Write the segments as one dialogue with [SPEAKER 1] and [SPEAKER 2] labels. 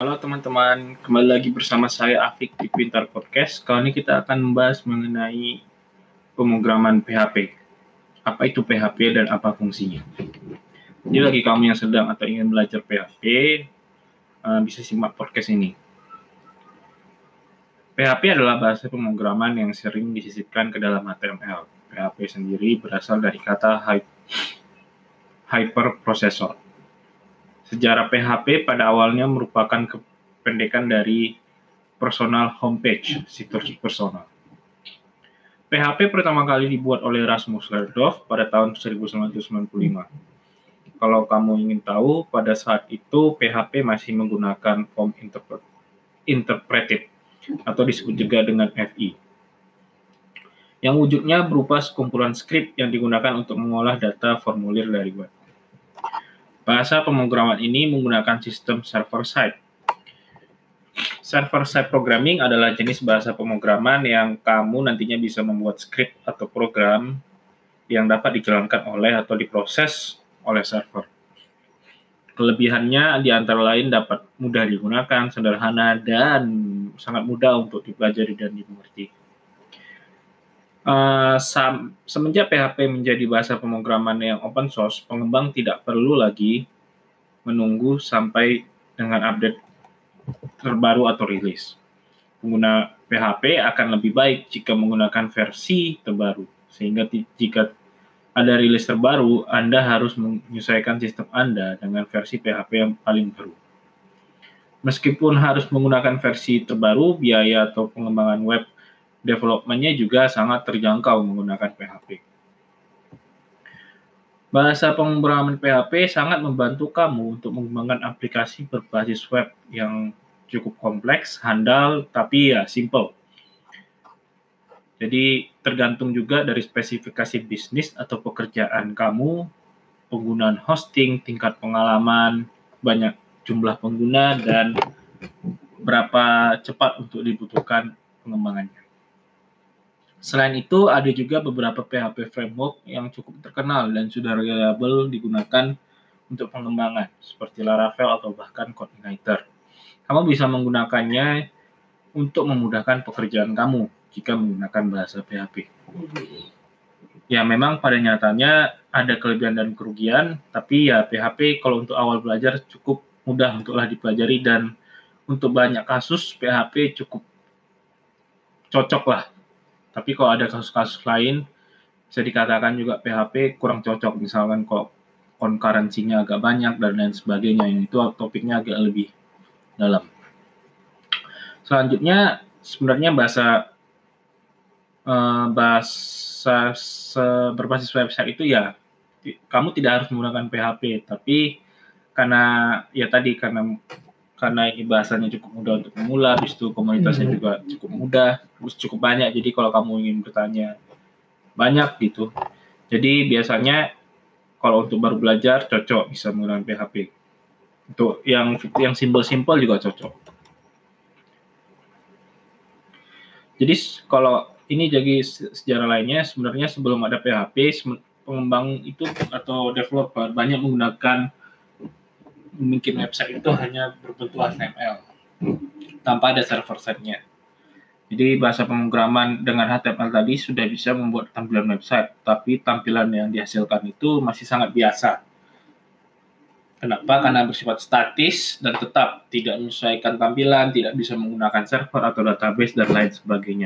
[SPEAKER 1] Halo teman-teman, kembali lagi bersama saya Afik di Pintar Podcast. Kali ini kita akan membahas mengenai pemrograman PHP. Apa itu PHP dan apa fungsinya? Jadi bagi kamu yang sedang atau ingin belajar PHP, bisa simak podcast ini. PHP adalah bahasa pemrograman yang sering disisipkan ke dalam HTML. PHP sendiri berasal dari kata hyperprocessor. Sejarah PHP pada awalnya merupakan kependekan dari personal homepage, situs personal. PHP pertama kali dibuat oleh Rasmus Lerdorf pada tahun 1995. Kalau kamu ingin tahu, pada saat itu PHP masih menggunakan form interpreted atau disebut juga dengan FI. Yang wujudnya berupa sekumpulan skrip yang digunakan untuk mengolah data formulir dari web. Bahasa pemrograman ini menggunakan sistem server-side. Server-side programming adalah jenis bahasa pemrograman yang kamu nantinya bisa membuat skrip atau program yang dapat dijalankan oleh atau diproses oleh server. Kelebihannya di antara lain dapat mudah digunakan, sederhana, dan sangat mudah untuk dipelajari dan dimengerti. Semenjak PHP menjadi bahasa pemrograman yang open source, pengembang tidak perlu lagi menunggu sampai dengan update terbaru atau rilis. Pengguna PHP akan lebih baik jika menggunakan versi terbaru, sehingga jika ada rilis terbaru, Anda harus menyesuaikan sistem Anda dengan versi PHP yang paling baru. Meskipun harus menggunakan versi terbaru, biaya atau pengembangan web development-nya juga sangat terjangkau menggunakan PHP. Bahasa pemrograman PHP sangat membantu kamu untuk mengembangkan aplikasi berbasis web yang cukup kompleks, handal, tapi ya simple. Jadi tergantung juga dari spesifikasi bisnis atau pekerjaan kamu, penggunaan hosting, tingkat pengalaman, banyak jumlah pengguna, dan berapa cepat untuk dibutuhkan pengembangannya. Selain itu, ada juga beberapa PHP framework yang cukup terkenal dan sudah reliable digunakan untuk pengembangan, seperti Laravel atau bahkan CodeIgniter. Kamu bisa menggunakannya untuk memudahkan pekerjaan kamu jika menggunakan bahasa PHP. Ya, memang pada nyatanya ada kelebihan dan kerugian, tapi ya PHP kalau untuk awal belajar cukup mudah untuklah dipelajari, dan untuk banyak kasus PHP cukup cocok lah. Tapi kalau ada kasus-kasus lain, bisa dikatakan juga PHP kurang cocok, misalkan kok concurrency-nya agak banyak dan lain sebagainya, yang itu topiknya agak lebih dalam. Selanjutnya, sebenarnya bahasa berbasis website itu ya, kamu tidak harus menggunakan PHP, tapi karena ini bahasanya cukup mudah untuk memula, habis itu komunitasnya juga cukup mudah, terus cukup banyak. Jadi kalau kamu ingin bertanya banyak gitu, jadi biasanya kalau untuk baru belajar cocok bisa menggunakan PHP. Untuk yang simple juga cocok. Jadi kalau ini jadi sejarah lainnya, sebenarnya sebelum ada PHP, pengembang itu atau developer banyak menggunakan bikin website itu hanya berbentuk HTML tanpa ada server side-nya. Jadi bahasa pemrograman dengan HTML tadi sudah bisa membuat tampilan website, tapi tampilan yang dihasilkan itu masih sangat biasa. Kenapa? Karena bersifat statis dan tetap, tidak menyesuaikan tampilan, tidak bisa menggunakan server atau database dan lain sebagainya.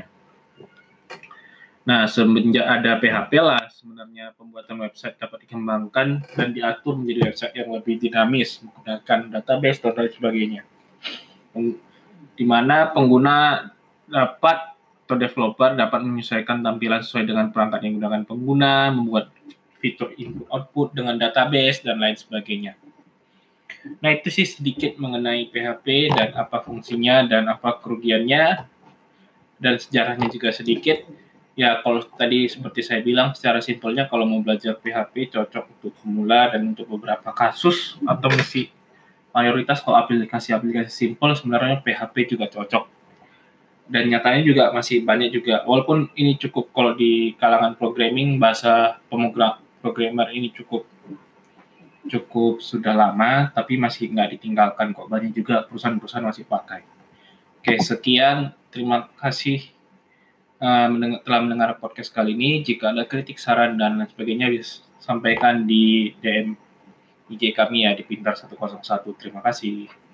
[SPEAKER 1] Nah, semenjak ada PHP lah sebenarnya pembuatan website dapat dikembangkan dan diatur menjadi website yang lebih dinamis menggunakan database dan lain sebagainya. Di mana pengguna dapat atau developer dapat menyesuaikan tampilan sesuai dengan perangkat yang digunakan pengguna, membuat fitur input output dengan database dan lain sebagainya. Nah, itu sih sedikit mengenai PHP dan apa fungsinya dan apa kerugiannya, dan sejarahnya juga sedikit. Ya, kalau tadi seperti saya bilang, secara simpelnya kalau mau belajar PHP cocok untuk pemula dan untuk beberapa kasus, atau mayoritas kalau aplikasi-aplikasi simpel sebenarnya PHP juga cocok. Dan nyatanya juga masih banyak juga, walaupun ini cukup kalau di kalangan programming, bahasa programmer ini cukup cukup sudah lama, tapi masih nggak ditinggalkan kok. Banyak juga perusahaan-perusahaan masih pakai. Oke, sekian. Terima kasih telah mendengar podcast kali ini. Jika ada kritik, saran, dan lain sebagainya, bisa sampaikan di DM IG kami ya di Pintar 101. Terima kasih.